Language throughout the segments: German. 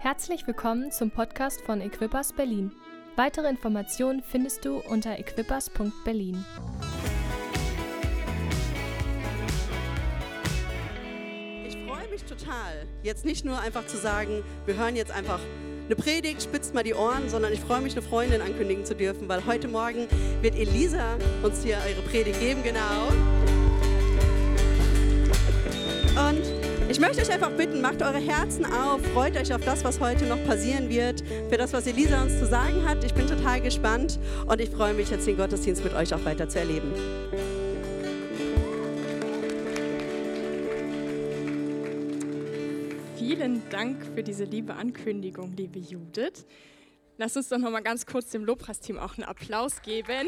Herzlich willkommen zum Podcast von Equippers Berlin. Weitere Informationen findest du unter equippers.berlin. Ich freue mich total, jetzt nicht nur einfach zu sagen, wir hören jetzt einfach eine Predigt, spitzt mal die Ohren, sondern ich freue mich, eine Freundin ankündigen zu dürfen, weil heute Morgen wird Elisa uns hier ihre Predigt geben, genau. Und ich möchte euch einfach bitten, macht eure Herzen auf, freut euch auf das, was heute noch passieren wird, für das, was Elisa uns zu sagen hat. Ich bin total gespannt und ich freue mich, jetzt den Gottesdienst mit euch auch weiter zu erleben. Vielen Dank für diese liebe Ankündigung, liebe Judith. Lass uns doch noch mal ganz kurz dem Lobpreisteam auch einen Applaus geben.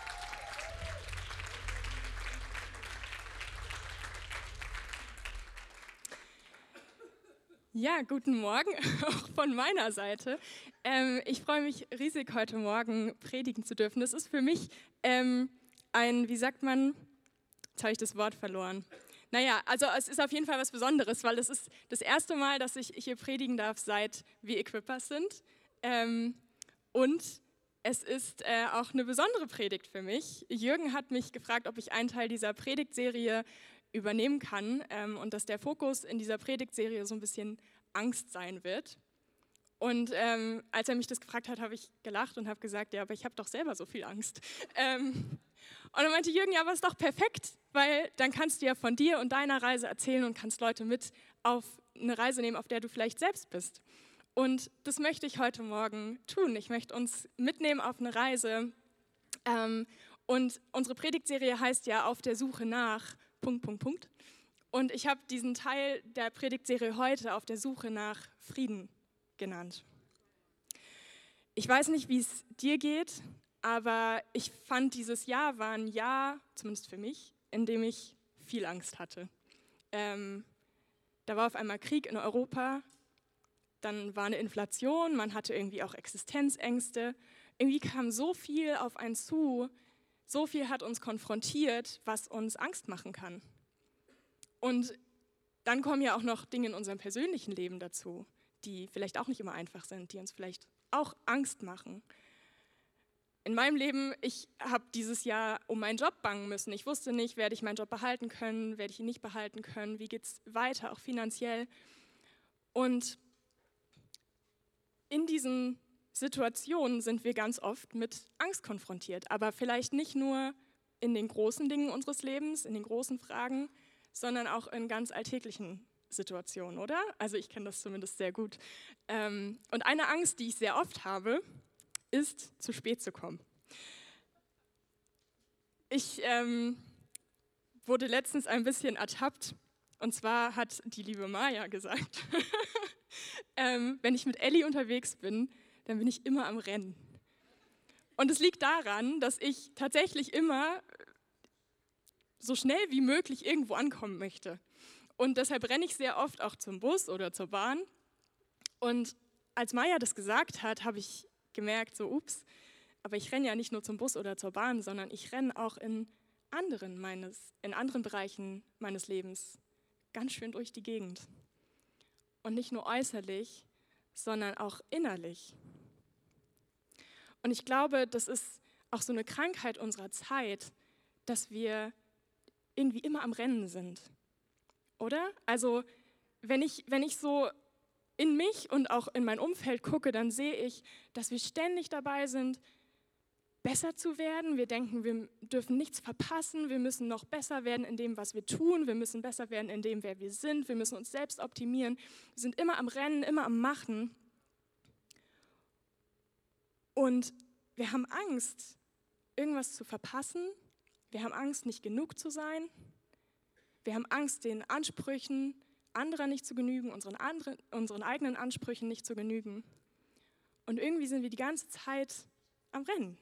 Ja, guten Morgen, auch von meiner Seite. Ich freue mich riesig, heute Morgen predigen zu dürfen. Das ist für mich wie sagt man, jetzt habe ich das Wort verloren. Naja, also es ist auf jeden Fall was Besonderes, weil es ist das erste Mal, dass ich hier predigen darf, seit wir Equippers sind. Und es ist auch eine besondere Predigt für mich. Jürgen hat mich gefragt, ob ich einen Teil dieser Predigtserie übernehmen kann und dass der Fokus in dieser Predigtserie so ein bisschen Angst sein wird. Und als er mich das gefragt hat, habe ich gelacht und habe gesagt, ja, aber ich habe doch selber so viel Angst. Und dann meinte Jürgen, ja, aber ist doch perfekt, weil dann kannst du ja von dir und deiner Reise erzählen und kannst Leute mit auf eine Reise nehmen, auf der du vielleicht selbst bist. Und das möchte ich heute Morgen tun. Ich möchte uns mitnehmen auf eine Reise. Und unsere Predigtserie heißt ja Auf der Suche nach ... Und ich habe diesen Teil der Predigtserie heute Auf der Suche nach Frieden genannt. Ich weiß nicht, wie es dir geht, aber ich fand, dieses Jahr war ein Jahr, zumindest für mich, in dem ich viel Angst hatte. Da war auf einmal Krieg in Europa, dann war eine Inflation, man hatte irgendwie auch Existenzängste. Irgendwie kam so viel auf einen zu, so viel hat uns konfrontiert, was uns Angst machen kann. Und dann kommen ja auch noch Dinge in unserem persönlichen Leben dazu, die vielleicht auch nicht immer einfach sind, die uns vielleicht auch Angst machen. In meinem Leben, ich habe dieses Jahr um meinen Job bangen müssen. Ich wusste nicht, werde ich meinen Job behalten können, werde ich ihn nicht behalten können, wie geht es weiter, auch finanziell. Und in diesen Situationen sind wir ganz oft mit Angst konfrontiert, aber vielleicht nicht nur in den großen Dingen unseres Lebens, in den großen Fragen, sondern auch in ganz alltäglichen Situationen, oder? Also ich kenne das zumindest sehr gut. Und eine Angst, die ich sehr oft habe, ist, zu spät zu kommen. Ich wurde letztens ein bisschen ertappt, und zwar hat die liebe Maja gesagt, wenn ich mit Elli unterwegs bin, dann bin ich immer am Rennen. Und es liegt daran, dass ich tatsächlich immer so schnell wie möglich irgendwo ankommen möchte. Und deshalb renne ich sehr oft auch zum Bus oder zur Bahn. Und als Maja das gesagt hat, habe ich gemerkt, so ups, aber ich renne ja nicht nur zum Bus oder zur Bahn, sondern ich renne auch in anderen Bereichen meines Lebens ganz schön durch die Gegend. Und nicht nur äußerlich, sondern auch innerlich. Und ich glaube, das ist auch so eine Krankheit unserer Zeit, dass wir irgendwie immer am Rennen sind, oder? Also wenn ich so in mich und auch in mein Umfeld gucke, dann sehe ich, dass wir ständig dabei sind, besser zu werden. Wir denken, wir dürfen nichts verpassen, wir müssen noch besser werden in dem, was wir tun, wir müssen besser werden in dem, wer wir sind, wir müssen uns selbst optimieren. Wir sind immer am Rennen, immer am Machen. Und wir haben Angst, irgendwas zu verpassen. Wir haben Angst, nicht genug zu sein. Wir haben Angst, den Ansprüchen anderer nicht zu genügen, unseren eigenen Ansprüchen nicht zu genügen. Und irgendwie sind wir die ganze Zeit am Rennen.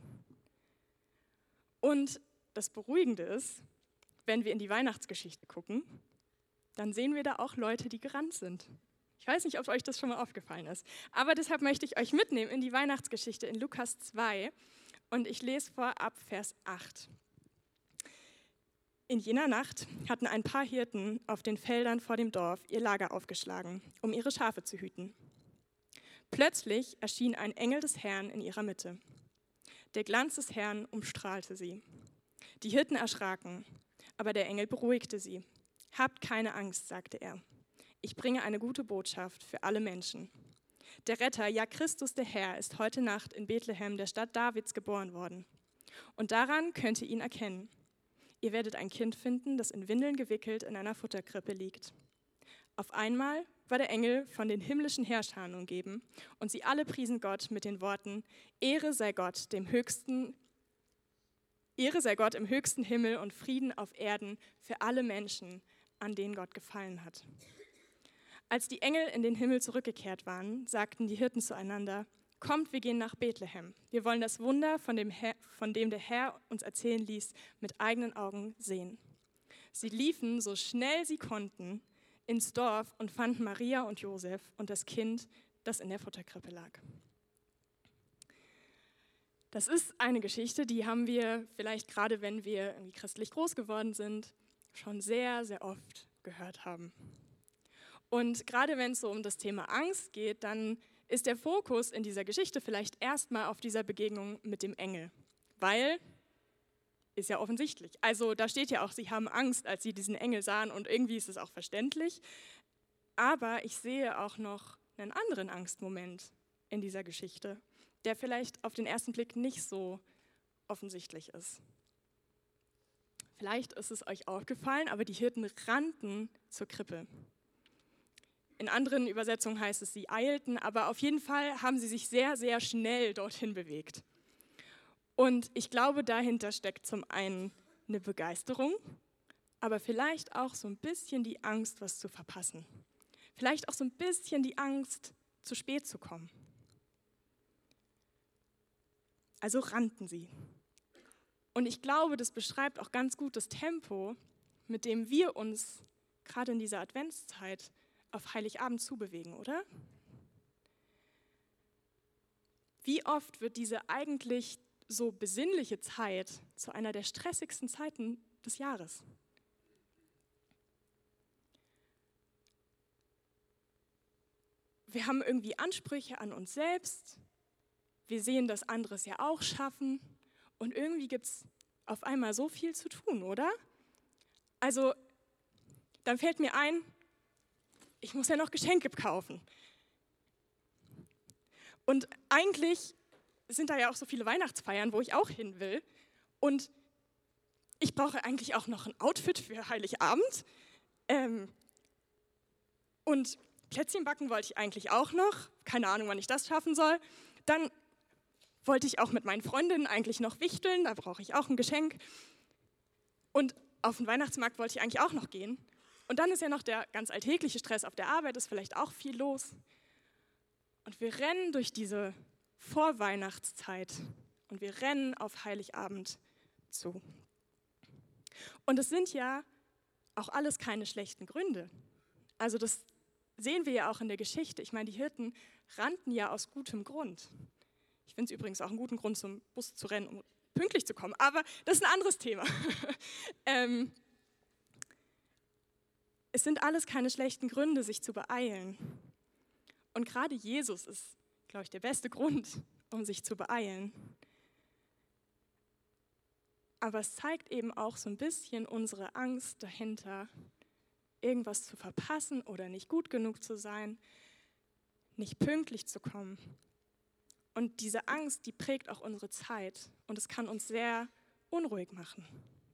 Und das Beruhigende ist, wenn wir in die Weihnachtsgeschichte gucken, dann sehen wir da auch Leute, die gerannt sind. Ich weiß nicht, ob euch das schon mal aufgefallen ist, aber deshalb möchte ich euch mitnehmen in die Weihnachtsgeschichte in Lukas 2 und ich lese vorab Vers 8. In jener Nacht hatten ein paar Hirten auf den Feldern vor dem Dorf ihr Lager aufgeschlagen, um ihre Schafe zu hüten. Plötzlich erschien ein Engel des Herrn in ihrer Mitte. Der Glanz des Herrn umstrahlte sie. Die Hirten erschraken, aber der Engel beruhigte sie. Habt keine Angst, sagte er. Ich bringe eine gute Botschaft für alle Menschen. Der Retter, ja Christus der Herr, ist heute Nacht in Bethlehem, der Stadt Davids, geboren worden. Und daran könnt ihr ihn erkennen. Ihr werdet ein Kind finden, das in Windeln gewickelt in einer Futterkrippe liegt. Auf einmal war der Engel von den himmlischen Herrschern umgeben und sie alle priesen Gott mit den Worten: Ehre sei Gott im höchsten Himmel und Frieden auf Erden für alle Menschen, an denen Gott gefallen hat. Als die Engel in den Himmel zurückgekehrt waren, sagten die Hirten zueinander: Kommt, wir gehen nach Bethlehem. Wir wollen das Wunder, von dem der Herr uns erzählen ließ, mit eigenen Augen sehen. Sie liefen, so schnell sie konnten, ins Dorf und fanden Maria und Josef und das Kind, das in der Futterkrippe lag. Das ist eine Geschichte, die haben wir vielleicht gerade, wenn wir irgendwie christlich groß geworden sind, schon sehr, sehr oft gehört haben. Und gerade wenn es so um das Thema Angst geht, dann ist der Fokus in dieser Geschichte vielleicht erstmal auf dieser Begegnung mit dem Engel, weil, ist ja offensichtlich, also da steht ja auch, sie haben Angst, als sie diesen Engel sahen und irgendwie ist es auch verständlich, aber ich sehe auch noch einen anderen Angstmoment in dieser Geschichte, der vielleicht auf den ersten Blick nicht so offensichtlich ist. Vielleicht ist es euch aufgefallen, aber die Hirten rannten zur Krippe. In anderen Übersetzungen heißt es, sie eilten, aber auf jeden Fall haben sie sich sehr, sehr schnell dorthin bewegt. Und ich glaube, dahinter steckt zum einen eine Begeisterung, aber vielleicht auch so ein bisschen die Angst, was zu verpassen. Vielleicht auch so ein bisschen die Angst, zu spät zu kommen. Also rannten sie. Und ich glaube, das beschreibt auch ganz gut das Tempo, mit dem wir uns gerade in dieser Adventszeit auf Heiligabend zubewegen, oder? Wie oft wird diese eigentlich so besinnliche Zeit zu einer der stressigsten Zeiten des Jahres? Wir haben irgendwie Ansprüche an uns selbst. Wir sehen, dass andere es ja auch schaffen. Und irgendwie gibt es auf einmal so viel zu tun, oder? Also, dann fällt mir ein, ich muss ja noch Geschenke kaufen. Und eigentlich sind da ja auch so viele Weihnachtsfeiern, wo ich auch hin will. Und ich brauche eigentlich auch noch ein Outfit für Heiligabend. Und Plätzchen backen wollte ich eigentlich auch noch. Keine Ahnung, wann ich das schaffen soll. Dann wollte ich auch mit meinen Freundinnen eigentlich noch wichteln. Da brauche ich auch ein Geschenk. Und auf den Weihnachtsmarkt wollte ich eigentlich auch noch gehen. Und dann ist ja noch der ganz alltägliche Stress auf der Arbeit, ist vielleicht auch viel los. Und wir rennen durch diese Vorweihnachtszeit und wir rennen auf Heiligabend zu. Und es sind ja auch alles keine schlechten Gründe. Also das sehen wir ja auch in der Geschichte. Ich meine, die Hirten rannten ja aus gutem Grund. Ich finde es übrigens auch einen guten Grund, zum Bus zu rennen, um pünktlich zu kommen. Aber das ist ein anderes Thema. Es sind alles keine schlechten Gründe, sich zu beeilen. Und gerade Jesus ist, glaube ich, der beste Grund, um sich zu beeilen. Aber es zeigt eben auch so ein bisschen unsere Angst dahinter, irgendwas zu verpassen oder nicht gut genug zu sein, nicht pünktlich zu kommen. Und diese Angst, die prägt auch unsere Zeit und es kann uns sehr unruhig machen.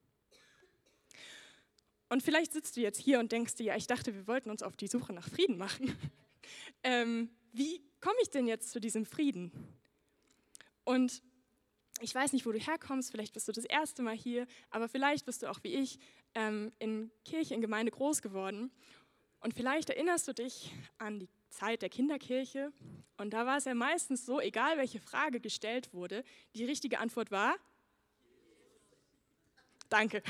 Und vielleicht sitzt du jetzt hier und denkst dir, ja, ich dachte, wir wollten uns auf die Suche nach Frieden machen. Wie komme ich denn jetzt zu diesem Frieden? Und ich weiß nicht, wo du herkommst, vielleicht bist du das erste Mal hier, aber vielleicht bist du auch wie ich in Kirche, in Gemeinde groß geworden. Und vielleicht erinnerst du dich an die Zeit der Kinderkirche. Und da war es ja meistens so, egal welche Frage gestellt wurde, die richtige Antwort war: Danke.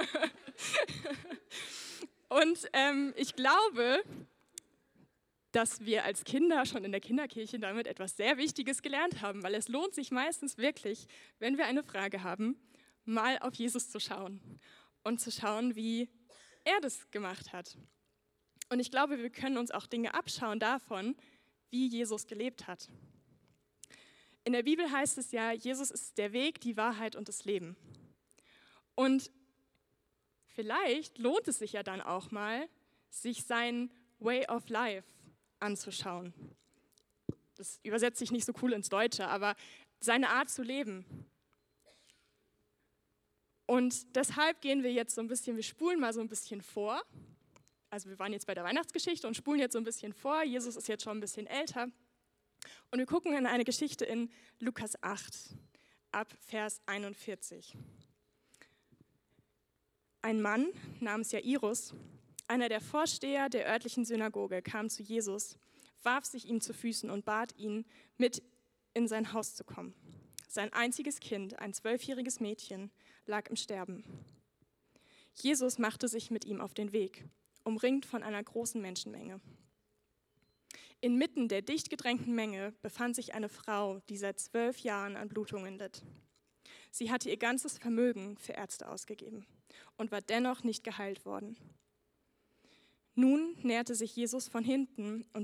Und ich glaube, dass wir als Kinder schon in der Kinderkirche damit etwas sehr Wichtiges gelernt haben, weil es lohnt sich meistens wirklich, wenn wir eine Frage haben, mal auf Jesus zu schauen und zu schauen, wie er das gemacht hat. Und ich glaube, wir können uns auch Dinge abschauen davon, wie Jesus gelebt hat. In der Bibel heißt es ja, Jesus ist der Weg, die Wahrheit und das Leben. Und vielleicht lohnt es sich ja dann auch mal, sich sein Way of Life anzuschauen. Das übersetzt sich nicht so cool ins Deutsche, aber seine Art zu leben. Und deshalb gehen wir jetzt so ein bisschen, wir spulen mal so ein bisschen vor. Also wir waren jetzt bei der Weihnachtsgeschichte und spulen jetzt so ein bisschen vor. Jesus ist jetzt schon ein bisschen älter. Und wir gucken in eine Geschichte in Lukas 8, ab Vers 41. Ein Mann namens Jairus, einer der Vorsteher der örtlichen Synagoge, kam zu Jesus, warf sich ihm zu Füßen und bat ihn, mit in sein Haus zu kommen. Sein einziges Kind, ein 12-jähriges Mädchen, lag im Sterben. Jesus machte sich mit ihm auf den Weg, umringt von einer großen Menschenmenge. Inmitten der dicht gedrängten Menge befand sich eine Frau, die seit 12 Jahren an Blutungen litt. Sie hatte ihr ganzes Vermögen für Ärzte ausgegeben und war dennoch nicht geheilt worden. Nun näherte sie sich Jesus von hinten und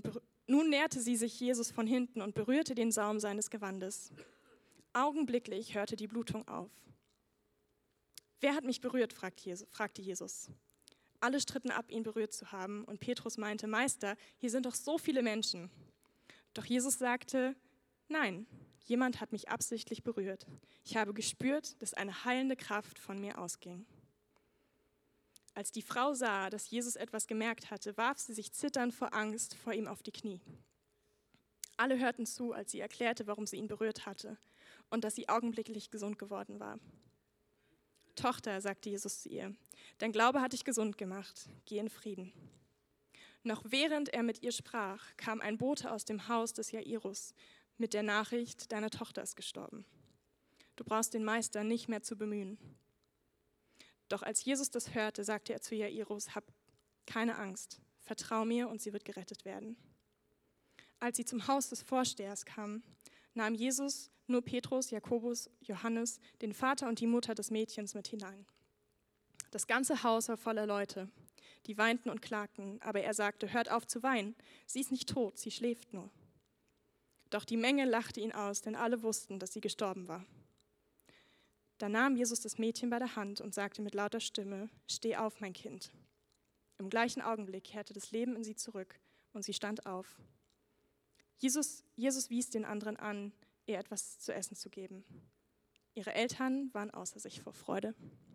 berührte den Saum seines Gewandes. Augenblicklich hörte die Blutung auf. Wer hat mich berührt? fragte Jesus. Alle stritten ab, ihn berührt zu haben, und Petrus meinte, Meister, hier sind doch so viele Menschen. Doch Jesus sagte, nein, jemand hat mich absichtlich berührt. Ich habe gespürt, dass eine heilende Kraft von mir ausging. Als die Frau sah, dass Jesus etwas gemerkt hatte, warf sie sich zitternd vor Angst vor ihm auf die Knie. Alle hörten zu, als sie erklärte, warum sie ihn berührt hatte und dass sie augenblicklich gesund geworden war. Tochter, sagte Jesus zu ihr, dein Glaube hat dich gesund gemacht, geh in Frieden. Noch während er mit ihr sprach, kam ein Bote aus dem Haus des Jairus mit der Nachricht, deine Tochter ist gestorben. Du brauchst den Meister nicht mehr zu bemühen. Doch als Jesus das hörte, sagte er zu Jairus, hab keine Angst, vertrau mir und sie wird gerettet werden. Als sie zum Haus des Vorstehers kamen, nahm Jesus nur Petrus, Jakobus, Johannes, den Vater und die Mutter des Mädchens mit hinein. Das ganze Haus war voller Leute, die weinten und klagten, aber er sagte, hört auf zu weinen, sie ist nicht tot, sie schläft nur. Doch die Menge lachte ihn aus, denn alle wussten, dass sie gestorben war. Da nahm Jesus das Mädchen bei der Hand und sagte mit lauter Stimme, steh auf, mein Kind. Im gleichen Augenblick kehrte das Leben in sie zurück und sie stand auf. Jesus wies den anderen an, ihr etwas zu essen zu geben. Ihre Eltern waren außer sich vor Freude.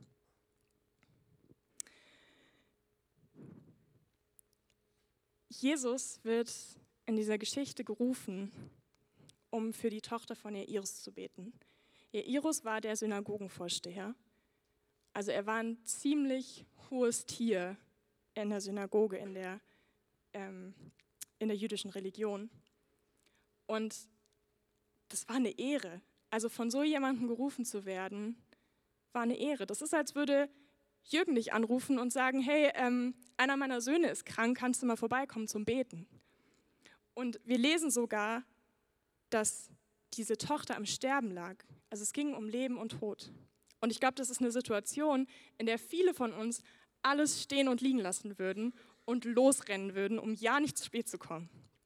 Jesus wird in dieser Geschichte gerufen, um für die Tochter von Jairus zu beten. Jairus war der Synagogenvorsteher. Also er war ein ziemlich hohes Tier in der Synagoge, in der jüdischen Religion. Und das war eine Ehre. Also von so jemandem gerufen zu werden, war eine Ehre. Das ist, als würde Jürgen dich anrufen und sagen, hey, einer meiner Söhne ist krank, kannst du mal vorbeikommen zum Beten? Und wir lesen sogar, dass diese Tochter am Sterben lag. Also es ging um Leben und Tod. Und ich glaube, das ist eine Situation, in der viele von uns alles stehen und liegen lassen würden und losrennen würden, um ja nicht zu spät zu kommen.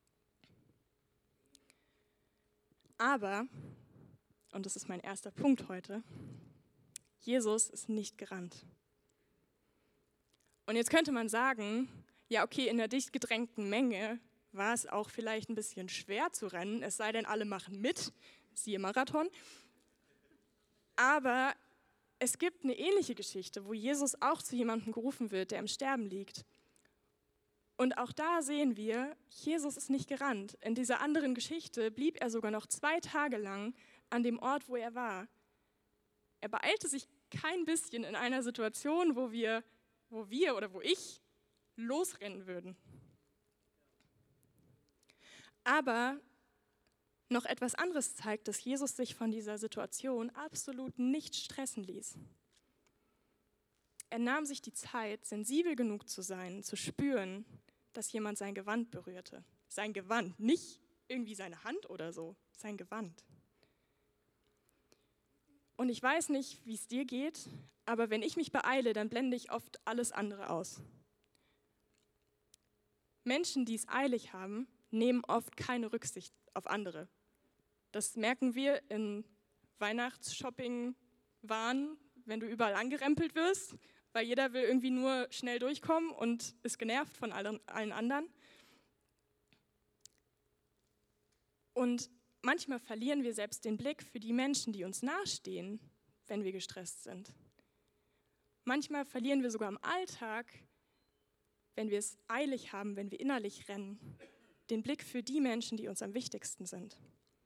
Aber, und das ist mein erster Punkt heute, Jesus ist nicht gerannt. Und jetzt könnte man sagen, ja okay, in der dicht gedrängten Menge war es auch vielleicht ein bisschen schwer zu rennen, es sei denn, alle machen mit, siehe Marathon. Aber es gibt eine ähnliche Geschichte, wo Jesus auch zu jemandem gerufen wird, der im Sterben liegt. Und auch da sehen wir, Jesus ist nicht gerannt. In dieser anderen Geschichte blieb er sogar noch 2 Tage lang an dem Ort, wo er war. Er beeilte sich kein bisschen in einer Situation, wo ich losrennen würden. Aber noch etwas anderes zeigt, dass Jesus sich von dieser Situation absolut nicht stressen ließ. Er nahm sich die Zeit, sensibel genug zu sein, zu spüren, dass jemand sein Gewand berührte. Sein Gewand, nicht irgendwie seine Hand oder so, sein Gewand. Und ich weiß nicht, wie es dir geht, aber wenn ich mich beeile, dann blende ich oft alles andere aus. Menschen, die es eilig haben, nehmen oft keine Rücksicht auf andere. Das merken wir in Weihnachtsshopping-Wahn, wenn du überall angerempelt wirst, weil jeder will irgendwie nur schnell durchkommen und ist genervt von allen anderen. Und manchmal verlieren wir selbst den Blick für die Menschen, die uns nahestehen, wenn wir gestresst sind. Manchmal verlieren wir sogar im Alltag, wenn wir es eilig haben, wenn wir innerlich rennen, den Blick für die Menschen, die uns am wichtigsten sind.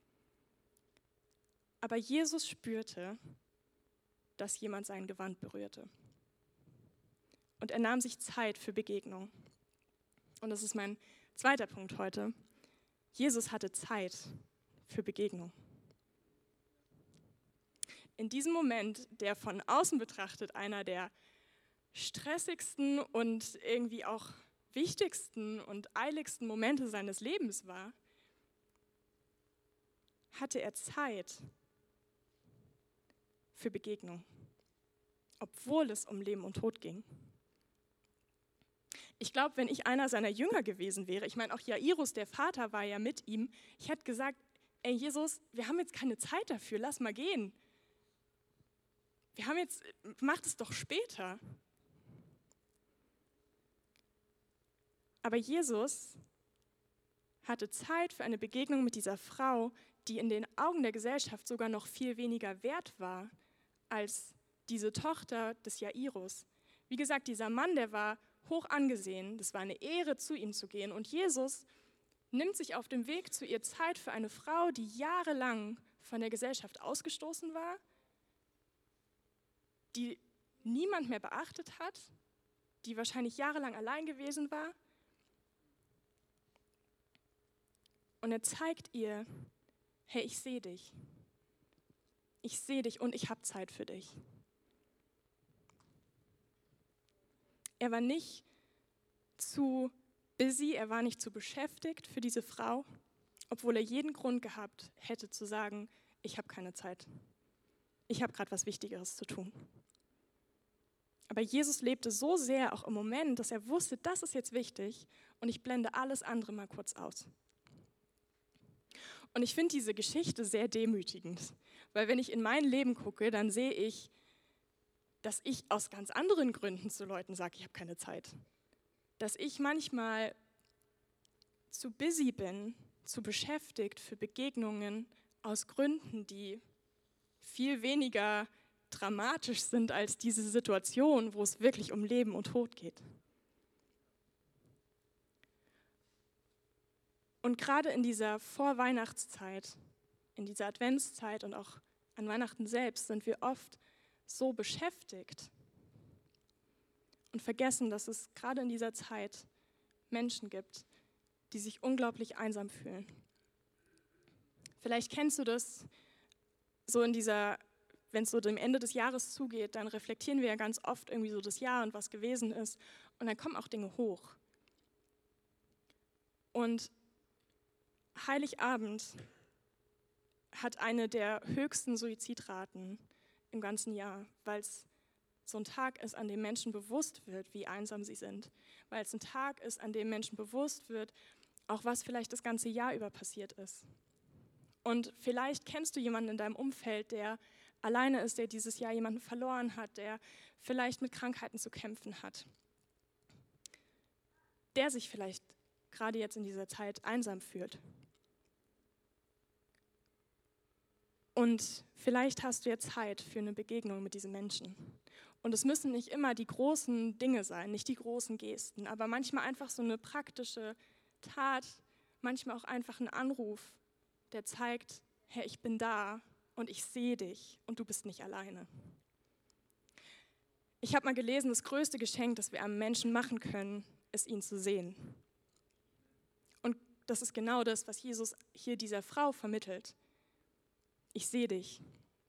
Aber Jesus spürte, dass jemand sein Gewand berührte. Und er nahm sich Zeit für Begegnung. Und das ist mein zweiter Punkt heute. Jesus hatte Zeit für Begegnung. In diesem Moment, der von außen betrachtet einer der stressigsten und irgendwie auch wichtigsten und eiligsten Momente seines Lebens war, hatte er Zeit für Begegnung, obwohl es um Leben und Tod ging. Ich glaube, wenn ich einer seiner Jünger gewesen wäre, ich meine auch Jairus, der Vater, war ja mit ihm, ich hätte gesagt, ey Jesus, wir haben jetzt keine Zeit dafür, lass mal gehen. Mach es doch später. Aber Jesus hatte Zeit für eine Begegnung mit dieser Frau, die in den Augen der Gesellschaft sogar noch viel weniger wert war als diese Tochter des Jairus. Wie gesagt, dieser Mann, der war hoch angesehen, das war eine Ehre, zu ihm zu gehen. Und Jesus nimmt sich auf dem Weg zu ihr Zeit für eine Frau, die jahrelang von der Gesellschaft ausgestoßen war, die niemand mehr beachtet hat, die wahrscheinlich jahrelang allein gewesen war. Und er zeigt ihr, hey, ich sehe dich. Ich sehe dich und ich habe Zeit für dich. Er war nicht zu busy, er war nicht zu beschäftigt für diese Frau, obwohl er jeden Grund gehabt hätte zu sagen, ich habe keine Zeit. Ich habe gerade was Wichtigeres zu tun. Aber Jesus lebte so sehr auch im Moment, dass er wusste, das ist jetzt wichtig und ich blende alles andere mal kurz aus. Und ich finde diese Geschichte sehr demütigend, weil wenn ich in mein Leben gucke, dann sehe ich, dass ich aus ganz anderen Gründen zu Leuten sage, ich habe keine Zeit. Dass ich manchmal zu busy bin, zu beschäftigt für Begegnungen aus Gründen, die viel weniger dramatisch sind als diese Situation, wo es wirklich um Leben und Tod geht. Und gerade in dieser Vorweihnachtszeit, in dieser Adventszeit und auch an Weihnachten selbst sind wir oft so beschäftigt und vergessen, dass es gerade in dieser Zeit Menschen gibt, die sich unglaublich einsam fühlen. Vielleicht kennst du das so wenn es so dem Ende des Jahres zugeht, dann reflektieren wir ja ganz oft irgendwie so das Jahr und was gewesen ist und dann kommen auch Dinge hoch. Und Heiligabend hat eine der höchsten Suizidraten im ganzen Jahr, weil es so ein Tag ist, an dem Menschen bewusst wird, wie einsam sie sind. Weil es ein Tag ist, an dem Menschen bewusst wird, auch was vielleicht das ganze Jahr über passiert ist. Und vielleicht kennst du jemanden in deinem Umfeld, der alleine ist, der dieses Jahr jemanden verloren hat, der vielleicht mit Krankheiten zu kämpfen hat, der sich vielleicht gerade jetzt in dieser Zeit einsam fühlt. Und vielleicht hast du jetzt Zeit für eine Begegnung mit diesen Menschen. Und es müssen nicht immer die großen Dinge sein, nicht die großen Gesten, aber manchmal einfach so eine praktische Tat, manchmal auch einfach ein Anruf, der zeigt, hey, ich bin da und ich sehe dich und du bist nicht alleine. Ich habe mal gelesen, das größte Geschenk, das wir einem Menschen machen können, ist, ihn zu sehen. Und das ist genau das, was Jesus hier dieser Frau vermittelt. Ich sehe dich.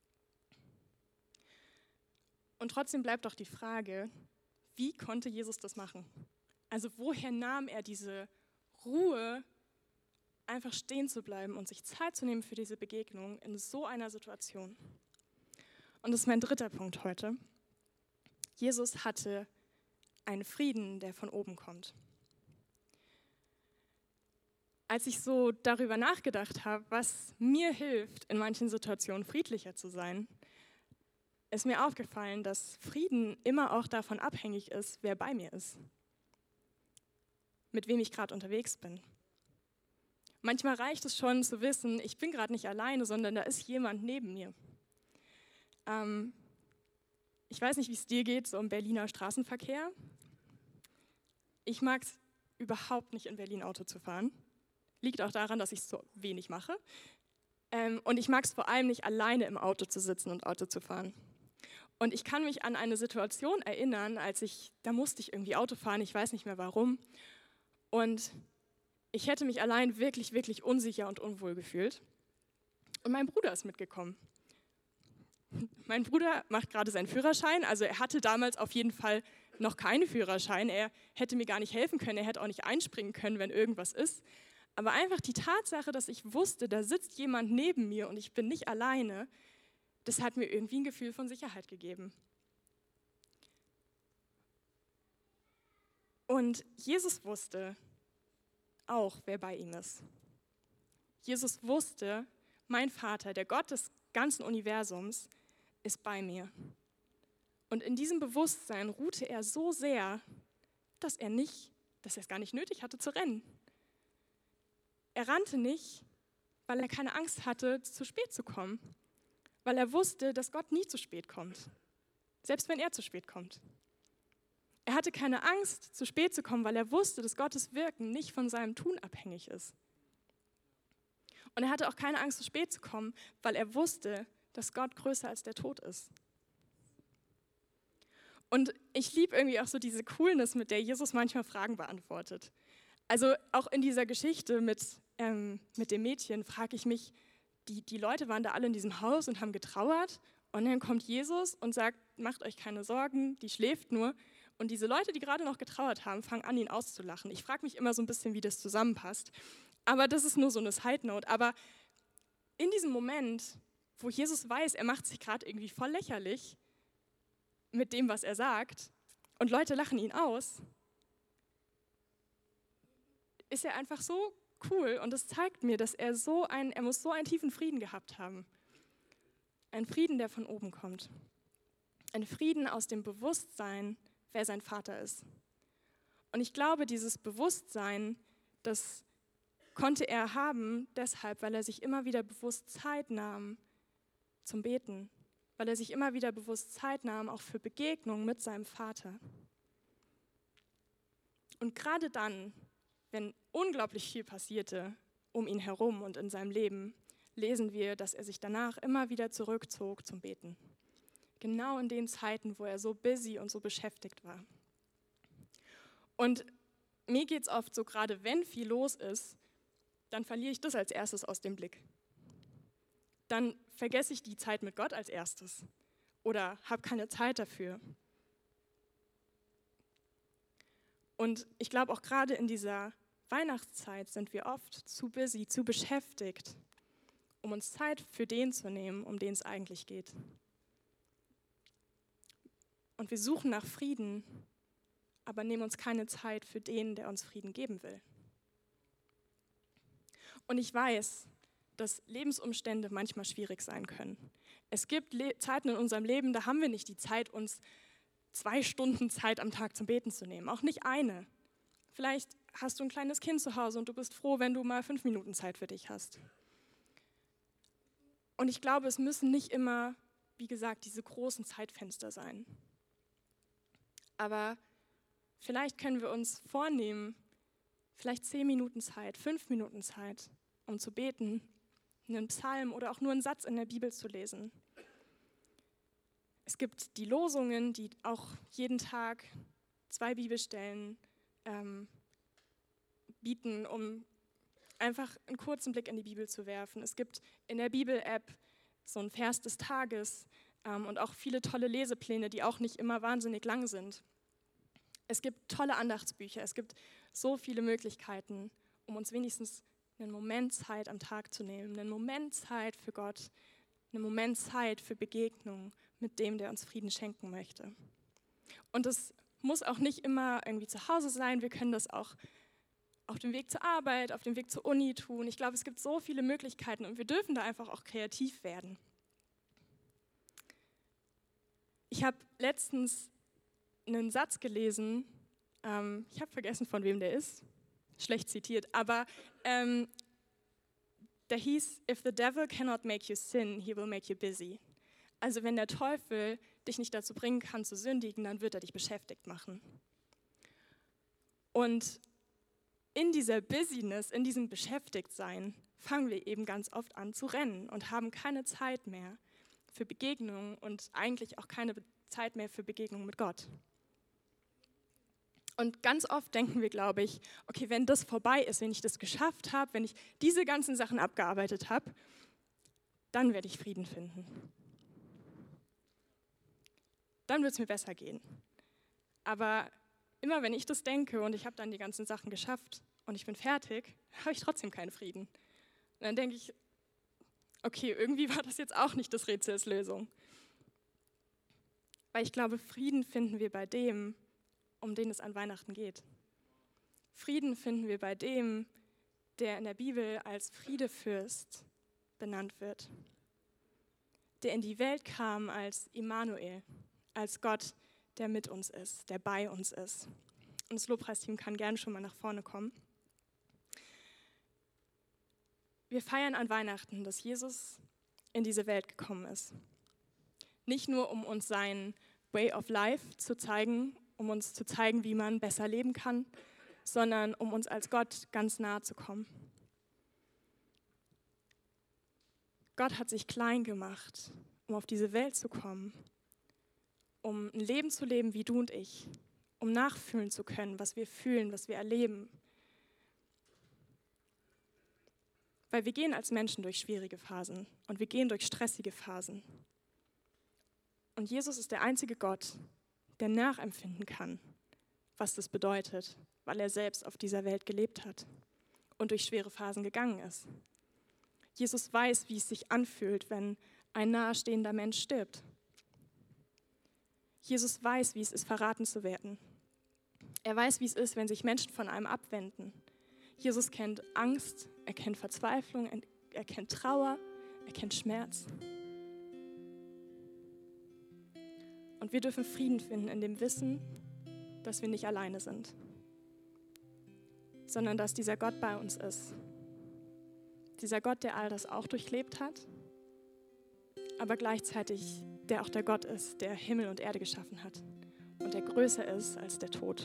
Und trotzdem bleibt doch die Frage, wie konnte Jesus das machen? Also woher nahm er diese Ruhe, einfach stehen zu bleiben und sich Zeit zu nehmen für diese Begegnung in so einer Situation? Und das ist mein dritter Punkt heute. Jesus hatte einen Frieden, der von oben kommt. als ich so darüber nachgedacht habe, was mir hilft, in manchen Situationen friedlicher zu sein, ist mir aufgefallen, dass Frieden immer auch davon abhängig ist, wer bei mir ist, mit wem ich gerade unterwegs bin. Manchmal reicht es schon zu wissen, ich bin gerade nicht alleine, sondern da ist jemand neben mir. Ich weiß nicht, wie es dir geht, so im Berliner Straßenverkehr. Ich mag es überhaupt nicht, in Berlin Auto zu fahren. Liegt auch daran, dass ich es so wenig mache. Und ich mag es vor allem nicht, alleine im Auto zu sitzen und Auto zu fahren. Und ich kann mich an eine Situation erinnern, da musste ich irgendwie Auto fahren, ich weiß nicht mehr warum. Und ich hätte mich allein wirklich, wirklich unsicher und unwohl gefühlt. Und mein Bruder ist mitgekommen. Mein Bruder macht gerade seinen Führerschein, also er hatte damals auf jeden Fall noch keinen Führerschein. Er hätte mir gar nicht helfen können, er hätte auch nicht einspringen können, wenn irgendwas ist. Aber einfach die Tatsache, dass ich wusste, da sitzt jemand neben mir und ich bin nicht alleine, das hat mir irgendwie ein Gefühl von Sicherheit gegeben. Und Jesus wusste auch, wer bei ihm ist. Jesus wusste, mein Vater, der Gott des ganzen Universums, ist bei mir. Und in diesem Bewusstsein ruhte er so sehr, dass er es gar nicht nötig hatte zu rennen. Er rannte nicht, weil er keine Angst hatte, zu spät zu kommen, weil er wusste, dass Gott nie zu spät kommt, selbst wenn er zu spät kommt. Er hatte keine Angst, zu spät zu kommen, weil er wusste, dass Gottes Wirken nicht von seinem Tun abhängig ist. Und er hatte auch keine Angst, zu spät zu kommen, weil er wusste, dass Gott größer als der Tod ist. Und ich liebe irgendwie auch so diese Coolness, mit der Jesus manchmal Fragen beantwortet. Also auch in dieser Geschichte mit dem Mädchen frage ich mich, die Leute waren da alle in diesem Haus und haben getrauert und dann kommt Jesus und sagt, macht euch keine Sorgen, die schläft nur. Und diese Leute, die gerade noch getrauert haben, fangen an, ihn auszulachen. Ich frage mich immer so ein bisschen, wie das zusammenpasst. Aber das ist nur so eine Side-Note. Aber in diesem Moment, wo Jesus weiß, er macht sich gerade irgendwie voll lächerlich mit dem, was er sagt, und Leute lachen ihn aus, ist er einfach so cool und das zeigt mir, dass er muss so einen tiefen Frieden gehabt haben. Ein Frieden, der von oben kommt. Ein Frieden aus dem Bewusstsein, wer sein Vater ist. Und ich glaube, dieses Bewusstsein, das konnte er haben deshalb, weil er sich immer wieder bewusst Zeit nahm zum Beten, weil er sich immer wieder bewusst Zeit nahm, auch für Begegnungen mit seinem Vater. Und gerade dann, wenn unglaublich viel passierte um ihn herum und in seinem Leben, lesen wir, dass er sich danach immer wieder zurückzog zum Beten. Genau in den Zeiten, wo er so busy und so beschäftigt war. Und mir geht es oft so, gerade wenn viel los ist, dann verliere ich das als erstes aus dem Blick. Dann vergesse ich die Zeit mit Gott als erstes oder habe keine Zeit dafür. Und ich glaube, auch gerade in dieser Weihnachtszeit sind wir oft zu busy, zu beschäftigt, um uns Zeit für den zu nehmen, um den es eigentlich geht. Und wir suchen nach Frieden, aber nehmen uns keine Zeit für den, der uns Frieden geben will. Und ich weiß, dass Lebensumstände manchmal schwierig sein können. Es gibt Zeiten in unserem Leben, da haben wir nicht die Zeit, uns 2 Stunden Zeit am Tag zum Beten zu nehmen, auch nicht eine. Vielleicht hast du ein kleines Kind zu Hause und du bist froh, wenn du mal 5 Minuten Zeit für dich hast. Und ich glaube, es müssen nicht immer, wie gesagt, diese großen Zeitfenster sein. Aber vielleicht können wir uns vornehmen, vielleicht 10 Minuten Zeit, 5 Minuten Zeit, um zu beten, einen Psalm oder auch nur einen Satz in der Bibel zu lesen. Es gibt die Losungen, die auch jeden Tag 2 Bibelstellen bieten, um einfach einen kurzen Blick in die Bibel zu werfen. Es gibt in der Bibel-App so einen Vers des Tages und auch viele tolle Lesepläne, die auch nicht immer wahnsinnig lang sind. Es gibt tolle Andachtsbücher, es gibt so viele Möglichkeiten, um uns wenigstens einen Moment Zeit am Tag zu nehmen, einen Moment Zeit für Gott, einen Moment Zeit für Begegnung mit dem, der uns Frieden schenken möchte. Und das muss auch nicht immer irgendwie zu Hause sein, wir können das auch auf dem Weg zur Arbeit, auf dem Weg zur Uni tun. Ich glaube, es gibt so viele Möglichkeiten und wir dürfen da einfach auch kreativ werden. Ich habe letztens einen Satz gelesen, ich habe vergessen, von wem der ist, schlecht zitiert, aber der hieß, "If the devil cannot make you sin, he will make you busy." Also wenn der Teufel dich nicht dazu bringen kann zu sündigen, dann wird er dich beschäftigt machen. Und in dieser Busyness, in diesem Beschäftigtsein, fangen wir eben ganz oft an zu rennen und haben keine Zeit mehr für Begegnungen und eigentlich auch keine Zeit mehr für Begegnungen mit Gott. Und ganz oft denken wir, glaube ich, okay, wenn das vorbei ist, wenn ich das geschafft habe, wenn ich diese ganzen Sachen abgearbeitet habe, dann werde ich Frieden finden. Dann wird es mir besser gehen. Aber immer wenn ich das denke und ich habe dann die ganzen Sachen geschafft und ich bin fertig, habe ich trotzdem keinen Frieden. Und dann denke ich, okay, irgendwie war das jetzt auch nicht das Rätsels Lösung. Weil ich glaube, Frieden finden wir bei dem, um den es an Weihnachten geht. Frieden finden wir bei dem, der in der Bibel als Friedefürst benannt wird. Der in die Welt kam als Immanuel, als Gott, der mit uns ist, der bei uns ist. Und das Lobpreisteam kann gerne schon mal nach vorne kommen. Wir feiern an Weihnachten, dass Jesus in diese Welt gekommen ist. Nicht nur, um uns sein Way of Life zu zeigen, um uns zu zeigen, wie man besser leben kann, sondern um uns als Gott ganz nahe zu kommen. Gott hat sich klein gemacht, um auf diese Welt zu kommen, um ein Leben zu leben wie du und ich, um nachfühlen zu können, was wir fühlen, was wir erleben. Weil wir gehen als Menschen durch schwierige Phasen und wir gehen durch stressige Phasen. Und Jesus ist der einzige Gott, der nachempfinden kann, was das bedeutet, weil er selbst auf dieser Welt gelebt hat und durch schwere Phasen gegangen ist. Jesus weiß, wie es sich anfühlt, wenn ein nahestehender Mensch stirbt. Jesus weiß, wie es ist, verraten zu werden. Er weiß, wie es ist, wenn sich Menschen von einem abwenden. Jesus kennt Angst, er kennt Verzweiflung, er kennt Trauer, er kennt Schmerz. Und wir dürfen Frieden finden in dem Wissen, dass wir nicht alleine sind, sondern dass dieser Gott bei uns ist. Dieser Gott, der all das auch durchlebt hat, aber gleichzeitig der auch der Gott ist, der Himmel und Erde geschaffen hat und der größer ist als der Tod.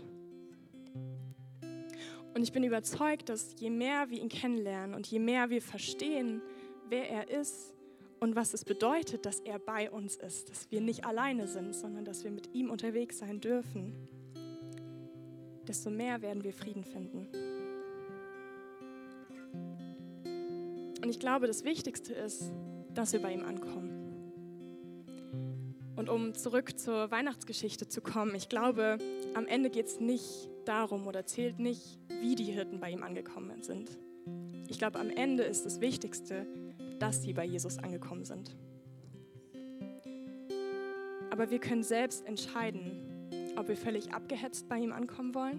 Und ich bin überzeugt, dass je mehr wir ihn kennenlernen und je mehr wir verstehen, wer er ist, und was es bedeutet, dass er bei uns ist, dass wir nicht alleine sind, sondern dass wir mit ihm unterwegs sein dürfen, desto mehr werden wir Frieden finden. Und ich glaube, das Wichtigste ist, dass wir bei ihm ankommen. Und um zurück zur Weihnachtsgeschichte zu kommen, ich glaube, am Ende geht es nicht darum oder zählt nicht, wie die Hirten bei ihm angekommen sind. Ich glaube, am Ende ist das Wichtigste, dass sie bei Jesus angekommen sind. Aber wir können selbst entscheiden, ob wir völlig abgehetzt bei ihm ankommen wollen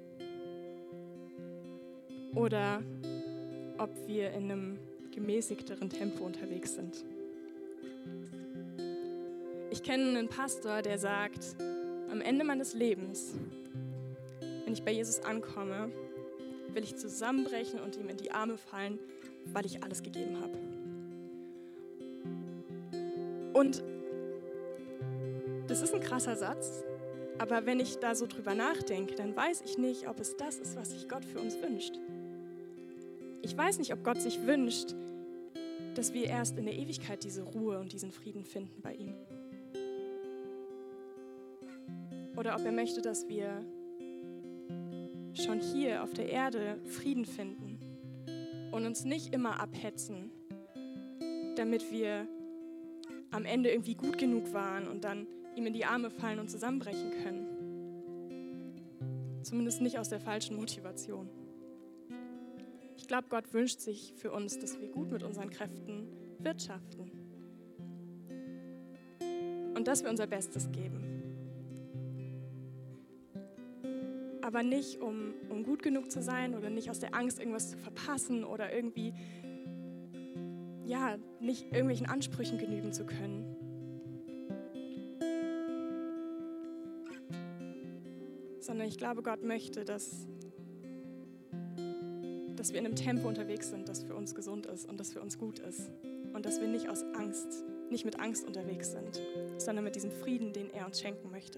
oder ob wir in einem gemäßigteren Tempo unterwegs sind. Ich kenne einen Pastor, der sagt, am Ende meines Lebens, wenn ich bei Jesus ankomme, will ich zusammenbrechen und ihm in die Arme fallen, weil ich alles gegeben habe. Und das ist ein krasser Satz, aber wenn ich da so drüber nachdenke, dann weiß ich nicht, ob es das ist, was sich Gott für uns wünscht. Ich weiß nicht, ob Gott sich wünscht, dass wir erst in der Ewigkeit diese Ruhe und diesen Frieden finden bei ihm. Oder ob er möchte, dass wir schon hier auf der Erde Frieden finden und uns nicht immer abhetzen, damit wir am Ende irgendwie gut genug waren und dann ihm in die Arme fallen und zusammenbrechen können. Zumindest nicht aus der falschen Motivation. Ich glaube, Gott wünscht sich für uns, dass wir gut mit unseren Kräften wirtschaften und dass wir unser Bestes geben. aber nicht, um gut genug zu sein oder nicht aus der Angst, irgendwas zu verpassen oder irgendwie, ja, nicht irgendwelchen Ansprüchen genügen zu können. Sondern ich glaube, Gott möchte, dass wir in einem Tempo unterwegs sind, das für uns gesund ist und das für uns gut ist. Und dass wir nicht mit Angst unterwegs sind, sondern mit diesem Frieden, den er uns schenken möchte.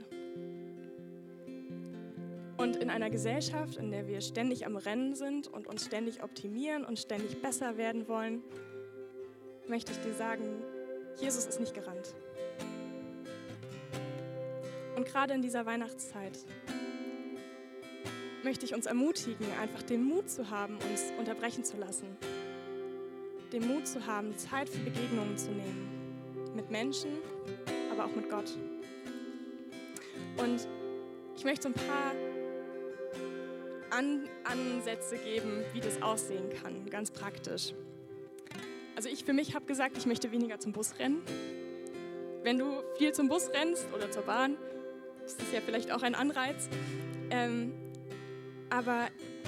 Und in einer Gesellschaft, in der wir ständig am Rennen sind und uns ständig optimieren und ständig besser werden wollen, möchte ich dir sagen, Jesus ist nicht gerannt. Und gerade in dieser Weihnachtszeit möchte ich uns ermutigen, einfach den Mut zu haben, uns unterbrechen zu lassen. Den Mut zu haben, Zeit für Begegnungen zu nehmen. Mit Menschen, aber auch mit Gott. Und ich möchte so ein paar Ansätze geben, wie das aussehen kann, ganz praktisch. Also ich für mich habe gesagt, ich möchte weniger zum Bus rennen. Wenn du viel zum Bus rennst oder zur Bahn, ist das ja vielleicht auch ein Anreiz. Aber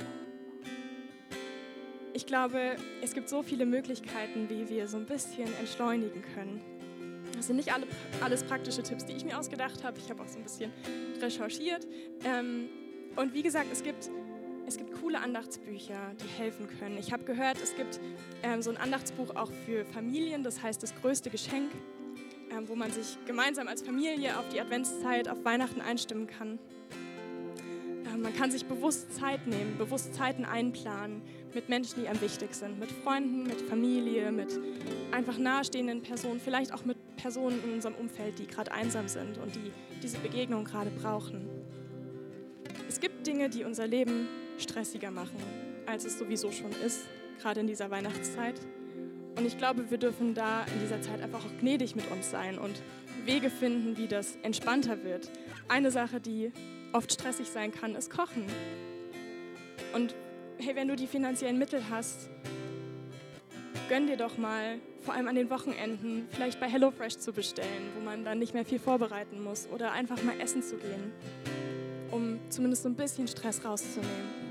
ich glaube, es gibt so viele Möglichkeiten, wie wir so ein bisschen entschleunigen können. Das sind nicht alles praktische Tipps, die ich mir ausgedacht habe. Ich habe auch so ein bisschen recherchiert. Und wie gesagt, es gibt coole Andachtsbücher, die helfen können. Ich habe gehört, es gibt so ein Andachtsbuch auch für Familien, das heißt das größte Geschenk, wo man sich gemeinsam als Familie auf die Adventszeit, auf Weihnachten einstimmen kann. Man kann sich bewusst Zeit nehmen, bewusst Zeiten einplanen mit Menschen, die einem wichtig sind, mit Freunden, mit Familie, mit einfach nahestehenden Personen, vielleicht auch mit Personen in unserem Umfeld, die gerade einsam sind und die diese Begegnung gerade brauchen. Es gibt Dinge, die unser Leben stressiger machen, als es sowieso schon ist, gerade in dieser Weihnachtszeit. Und ich glaube, wir dürfen da in dieser Zeit einfach auch gnädig mit uns sein und Wege finden, wie das entspannter wird. Eine Sache, die oft stressig sein kann, ist Kochen. Und hey, wenn du die finanziellen Mittel hast, gönn dir doch mal, vor allem an den Wochenenden, vielleicht bei HelloFresh zu bestellen, wo man dann nicht mehr viel vorbereiten muss, oder einfach mal essen zu gehen, um zumindest so ein bisschen Stress rauszunehmen.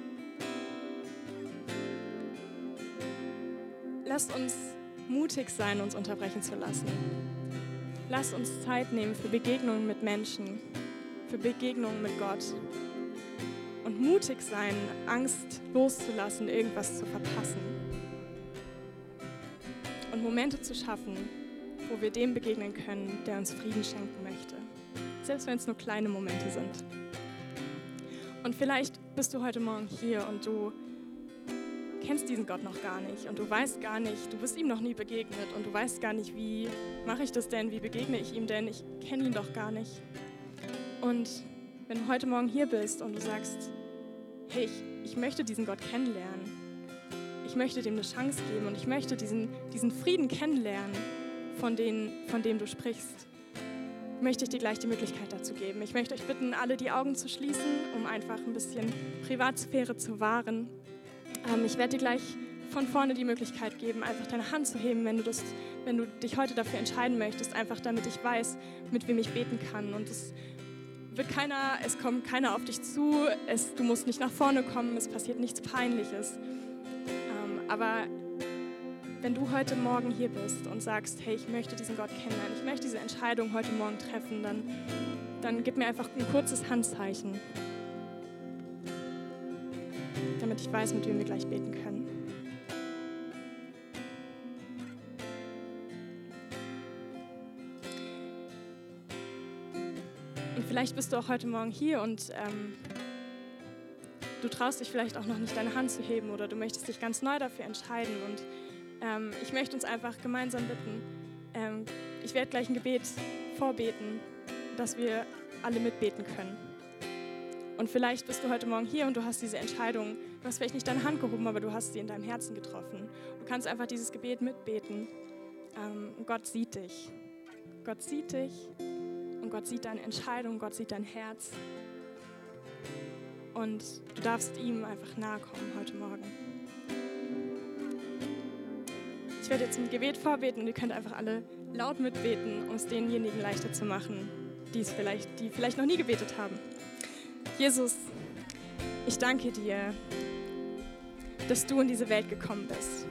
Lasst uns mutig sein, uns unterbrechen zu lassen. Lasst uns Zeit nehmen für Begegnungen mit Menschen, für Begegnungen mit Gott. Und mutig sein, Angst loszulassen, irgendwas zu verpassen. Und Momente zu schaffen, wo wir dem begegnen können, der uns Frieden schenken möchte. Selbst wenn es nur kleine Momente sind. Und vielleicht bist du heute Morgen hier und du kennst diesen Gott noch gar nicht und du weißt gar nicht, du bist ihm noch nie begegnet und du weißt gar nicht, wie mache ich das denn, wie begegne ich ihm denn, ich kenne ihn doch gar nicht. Und wenn du heute Morgen hier bist und du sagst, hey, ich möchte diesen Gott kennenlernen, ich möchte dem eine Chance geben und ich möchte diesen Frieden kennenlernen, von dem du sprichst, möchte ich dir gleich die Möglichkeit dazu geben. Ich möchte euch bitten, alle die Augen zu schließen, um einfach ein bisschen Privatsphäre zu wahren. Ich werde dir gleich von vorne die Möglichkeit geben, einfach deine Hand zu heben, wenn du dich heute dafür entscheiden möchtest, einfach damit ich weiß, mit wem ich beten kann. Und es kommt keiner auf dich zu, du musst nicht nach vorne kommen, es passiert nichts Peinliches. Aber wenn du heute Morgen hier bist und sagst, hey, ich möchte diesen Gott kennenlernen, ich möchte diese Entscheidung heute Morgen treffen, dann gib mir einfach ein kurzes Handzeichen, damit ich weiß, mit wem wir gleich beten können. Und vielleicht bist du auch heute Morgen hier und du traust dich vielleicht auch noch nicht, deine Hand zu heben oder du möchtest dich ganz neu dafür entscheiden. Und ich möchte uns einfach gemeinsam bitten, ich werde gleich ein Gebet vorbeten, dass wir alle mitbeten können. Und vielleicht bist du heute Morgen hier und du hast diese Entscheidung, du hast vielleicht nicht deine Hand gehoben, aber du hast sie in deinem Herzen getroffen. Du kannst einfach dieses Gebet mitbeten. Und Gott sieht dich. Gott sieht dich und Gott sieht deine Entscheidung, Gott sieht dein Herz. Und du darfst ihm einfach nahe kommen heute Morgen. Ich werde jetzt ein Gebet vorbeten und ihr könnt einfach alle laut mitbeten, um es denjenigen leichter zu machen, die vielleicht noch nie gebetet haben. Jesus, Ich danke dir, dass du in diese Welt gekommen bist,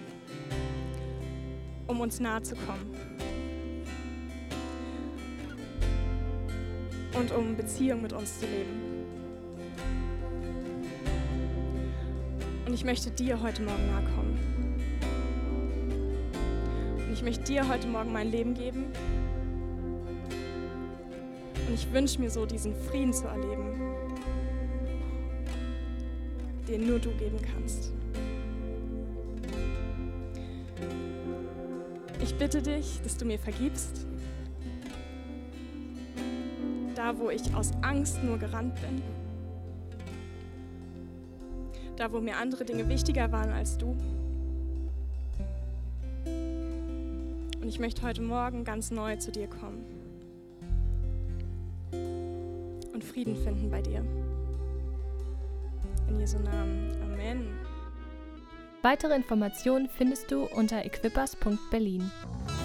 um uns nahe zu kommen und um Beziehung mit uns zu leben. Und ich möchte dir heute Morgen nahe kommen. Und ich möchte dir heute Morgen mein Leben geben. Und ich wünsche mir so, diesen Frieden zu erleben, den nur du geben kannst. Ich bitte dich, dass du mir vergibst, da wo ich aus Angst nur gerannt bin, da wo mir andere Dinge wichtiger waren als du. Und ich möchte heute Morgen ganz neu zu dir kommen und Frieden finden bei dir. In Jesu Namen. Amen. Weitere Informationen findest du unter equippers.berlin.